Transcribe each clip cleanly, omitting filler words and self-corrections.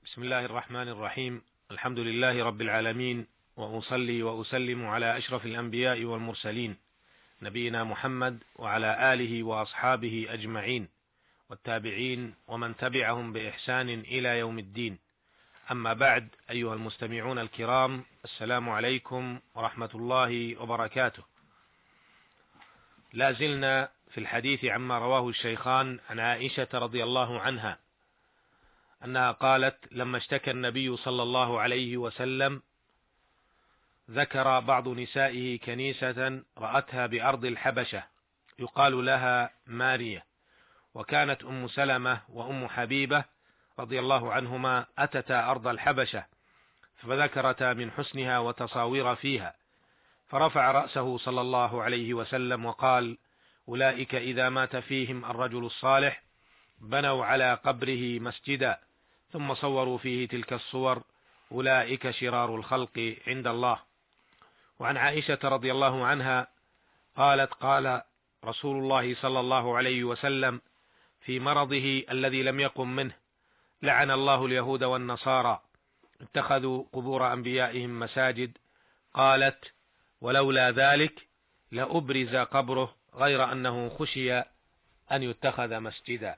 بسم الله الرحمن الرحيم. الحمد لله رب العالمين، وأصلي وأسلم على أشرف الأنبياء والمرسلين نبينا محمد وعلى آله وأصحابه أجمعين والتابعين ومن تبعهم بإحسان إلى يوم الدين. أما بعد، أيها المستمعون الكرام، السلام عليكم ورحمة الله وبركاته. لا زلنا في الحديث عما رواه الشيخان عن عائشة رضي الله عنها أنها قالت: لما اشتكى النبي صلى الله عليه وسلم ذكر بعض نسائه كنيسة رأتها بأرض الحبشة يقال لها مارية، وكانت أم سلمة وأم حبيبة رضي الله عنهما أتتا أرض الحبشة فذكرتا من حسنها وتصاوير فيها، فرفع رأسه صلى الله عليه وسلم وقال: أولئك إذا مات فيهم الرجل الصالح بنوا على قبره مسجدا ثم صوروا فيه تلك الصور، أولئك شرار الخلق عند الله. وعن عائشة رضي الله عنها قالت: قال رسول الله صلى الله عليه وسلم في مرضه الذي لم يقم منه: لعن الله اليهود والنصارى اتخذوا قبور أنبيائهم مساجد. قالت: ولولا ذلك لأبرز قبره غير أنه خشي أن يتخذ مسجدا.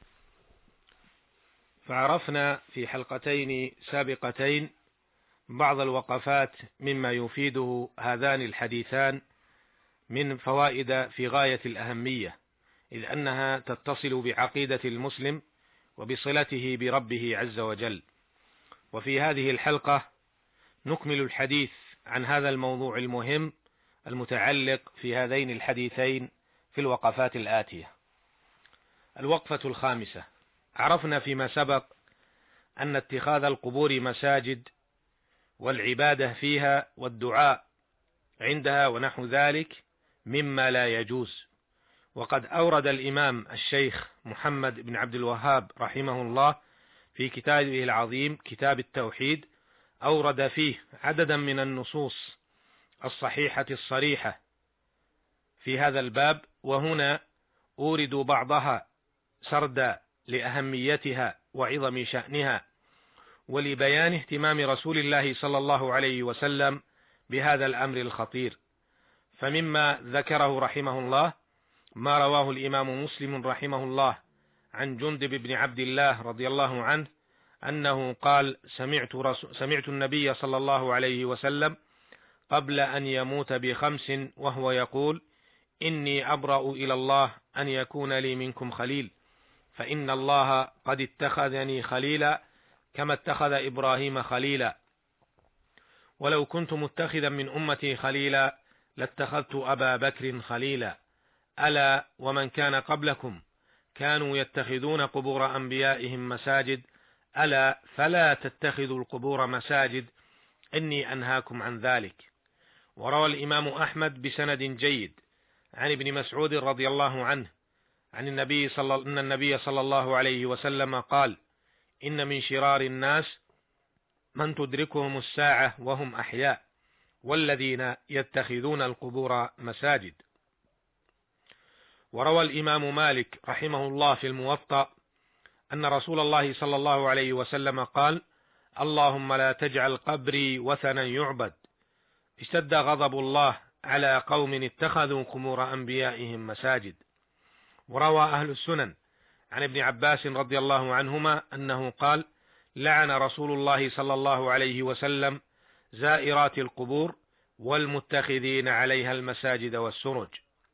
فعرفنا في حلقتين سابقتين بعض الوقفات مما يفيده هذان الحديثان من فوائد في غاية الأهمية، إذ أنها تتصل بعقيدة المسلم وبصلته بربه عز وجل. وفي هذه الحلقة نكمل الحديث عن هذا الموضوع المهم المتعلق في هذين الحديثين في الوقفات الآتية. الوقفة الخامسة: عرفنا فيما سبق أن اتخاذ القبور مساجد والعبادة فيها والدعاء عندها ونحو ذلك مما لا يجوز. وقد أورد الإمام الشيخ محمد بن عبد الوهاب رحمه الله في كتابه العظيم كتاب التوحيد، أورد فيه عددا من النصوص الصحيحة الصريحة في هذا الباب، وهنا أورد بعضها سردا لأهميتها وعظم شأنها ولبيان اهتمام رسول الله صلى الله عليه وسلم بهذا الأمر الخطير. فمما ذكره رحمه الله ما رواه الإمام مسلم رحمه الله عن جندب بن عبد الله رضي الله عنه أنه قال: سمعت النبي صلى الله عليه وسلم قبل أن يموت ب5 وهو يقول: إني أبرأ إلى الله أن يكون لي منكم خليل، فإن الله قد اتخذني خليلا كما اتخذ إبراهيم خليلا، ولو كنت متخذا من أمتي خليلا لاتخذت أبا بكر خليلا، ألا ومن كان قبلكم كانوا يتخذون قبور أنبيائهم مساجد، ألا فلا تتخذوا القبور مساجد، إني أنهاكم عن ذلك. وروى الإمام أحمد بسند جيد عن ابن مسعود رضي الله عنه عن أن النبي صلى الله عليه وسلم قال: إن من شرار الناس من تدركهم الساعة وهم أحياء، والذين يتخذون القبور مساجد. وروى الإمام مالك رحمه الله في الموطأ أن رسول الله صلى الله عليه وسلم قال: اللهم لا تجعل قبري وثنا يعبد، اشتد غضب الله على قوم اتخذوا قبور أنبيائهم مساجد. وروى أهل السنن عن ابن عباس رضي الله عنهما أنه قال: لعن رسول الله صلى الله عليه وسلم زائرات القبور والمتخذين عليها المساجد والسرج.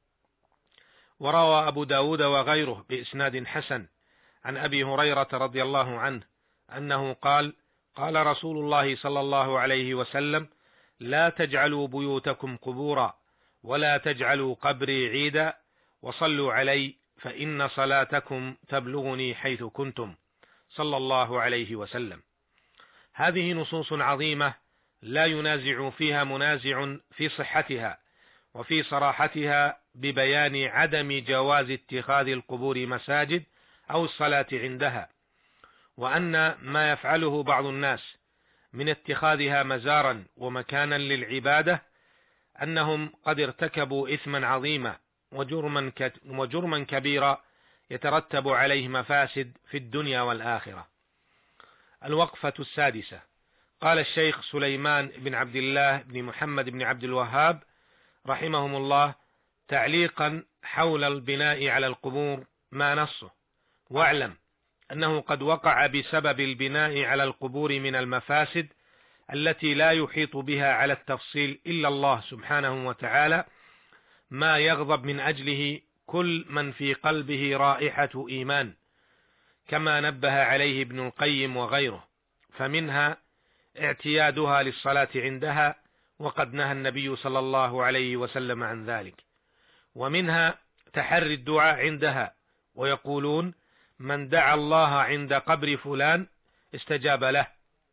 وروى أبو داود وغيره بإسناد حسن عن أبي هريرة رضي الله عنه أنه قال: قال رسول الله صلى الله عليه وسلم: لا تجعلوا بيوتكم قبورا ولا تجعلوا قبري عيدا، وصلوا علي فإن صلاتكم تبلغني حيث كنتم، صلى الله عليه وسلم. هذه نصوص عظيمة لا ينازع فيها منازع في صحتها وفي صراحتها ببيان عدم جواز اتخاذ القبور مساجد أو الصلاة عندها، وأن ما يفعله بعض الناس من اتخاذها مزارا ومكانا للعبادة أنهم قد ارتكبوا إثما عظيما وجرما كبيرا يترتب عليه مفاسد في الدنيا والآخرة. الوقفة السادسة. قال الشيخ سليمان بن عبد الله بن محمد بن عبد الوهاب رحمهم الله تعليقا حول البناء على القبور ما نصه: واعلم أنه قد وقع بسبب البناء على القبور من المفاسد التي لا يحيط بها على التفصيل إلا الله سبحانه وتعالى ما يغضب من أجله كل من في قلبه رائحة إيمان، كما نبه عليه ابن القيم وغيره. فمنها اعتيادها للصلاة عندها، وقد نهى النبي صلى الله عليه وسلم عن ذلك. ومنها تحري الدعاء عندها، ويقولون: من دعا الله عند قبر فلان استجاب له،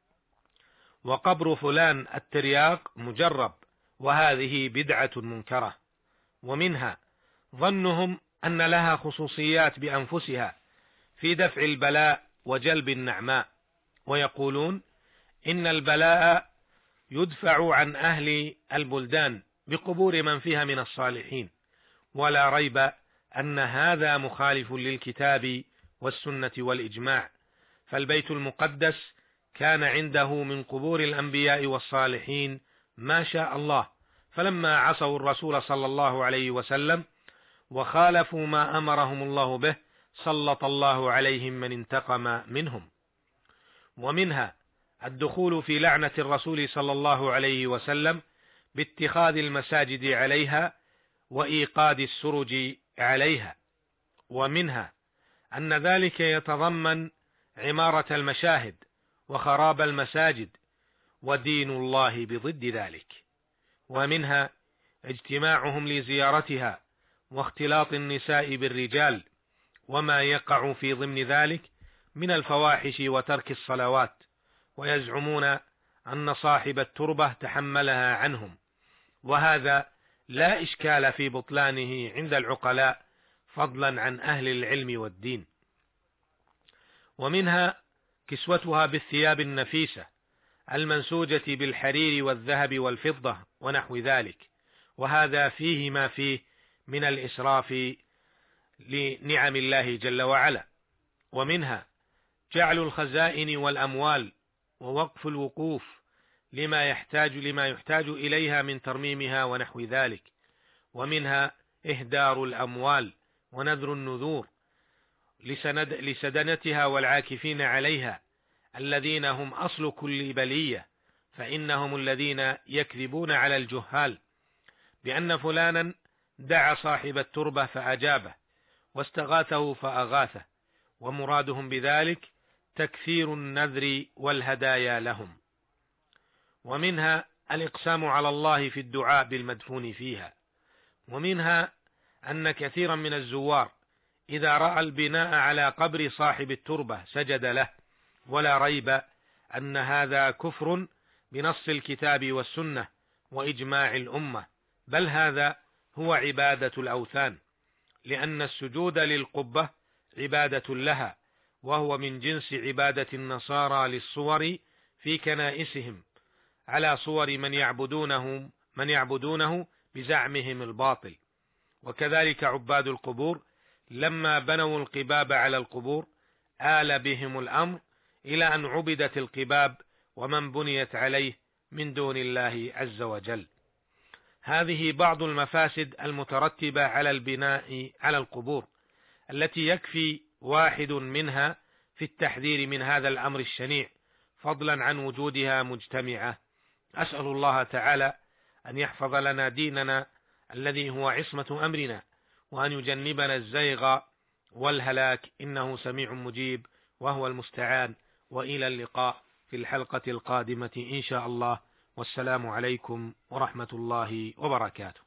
وقبر فلان الترياق مجرب، وهذه بدعة منكرة. ومنها ظنهم أن لها خصوصيات بأنفسها في دفع البلاء وجلب النعماء، ويقولون إن البلاء يدفع عن أهل البلدان بقبور من فيها من الصالحين، ولا ريب أن هذا مخالف للكتاب والسنة والإجماع، فالبيت المقدس كان عنده من قبور الأنبياء والصالحين ما شاء الله، فلما عصوا الرسول صلى الله عليه وسلم وخالفوا ما أمرهم الله به سلط الله عليهم من انتقم منهم. ومنها الدخول في لعنة الرسول صلى الله عليه وسلم باتخاذ المساجد عليها وإيقاد السرج عليها. ومنها أن ذلك يتضمن عمارة المشاهد وخراب المساجد، ودين الله بضد ذلك. ومنها اجتماعهم لزيارتها واختلاط النساء بالرجال، وما يقع في ضمن ذلك من الفواحش وترك الصلوات، ويزعمون أن صاحب التربة تحملها عنهم، وهذا لا إشكال في بطلانه عند العقلاء فضلا عن أهل العلم والدين. ومنها كسوتها بالثياب النفيسة المنسوجة بالحرير والذهب والفضة ونحو ذلك، وهذا فيه ما فيه من الإسراف لنعم الله جل وعلا. ومنها جعل الخزائن والأموال ووقف الوقوف لما يحتاج إليها من ترميمها ونحو ذلك. ومنها إهدار الأموال ونذر النذور لسدنتها والعاكفين عليها الذين هم أصل كل بلية، فإنهم الذين يكذبون على الجهال بأن فلانا دعا صاحب التربة فأجابه واستغاثه فأغاثه، ومرادهم بذلك تكثير النذر والهدايا لهم. ومنها الإقسام على الله في الدعاء بالمدفون فيها. ومنها أن كثيرا من الزوار إذا رأى البناء على قبر صاحب التربة سجد له، ولا ريب أن هذا كفر بنص الكتاب والسنة وإجماع الأمة، بل هذا هو عبادة الأوثان، لأن السجود للقبة عبادة لها، وهو من جنس عبادة النصارى للصور في كنائسهم على صور من يعبدونه بزعمهم الباطل. وكذلك عباد القبور لما بنوا القباب على القبور آل بهم الأمر إلى أن عبدت القباب ومن بنيت عليه من دون الله عز وجل. هذه بعض المفاسد المترتبة على البناء على القبور التي يكفي واحد منها في التحذير من هذا الأمر الشنيع، فضلا عن وجودها مجتمعة. أسأل الله تعالى أن يحفظ لنا ديننا الذي هو عصمة أمرنا، وأن يجنبنا الزيغ والهلاك، إنه سميع مجيب وهو المستعان. وإلى اللقاء في الحلقة القادمة إن شاء الله، والسلام عليكم ورحمة الله وبركاته.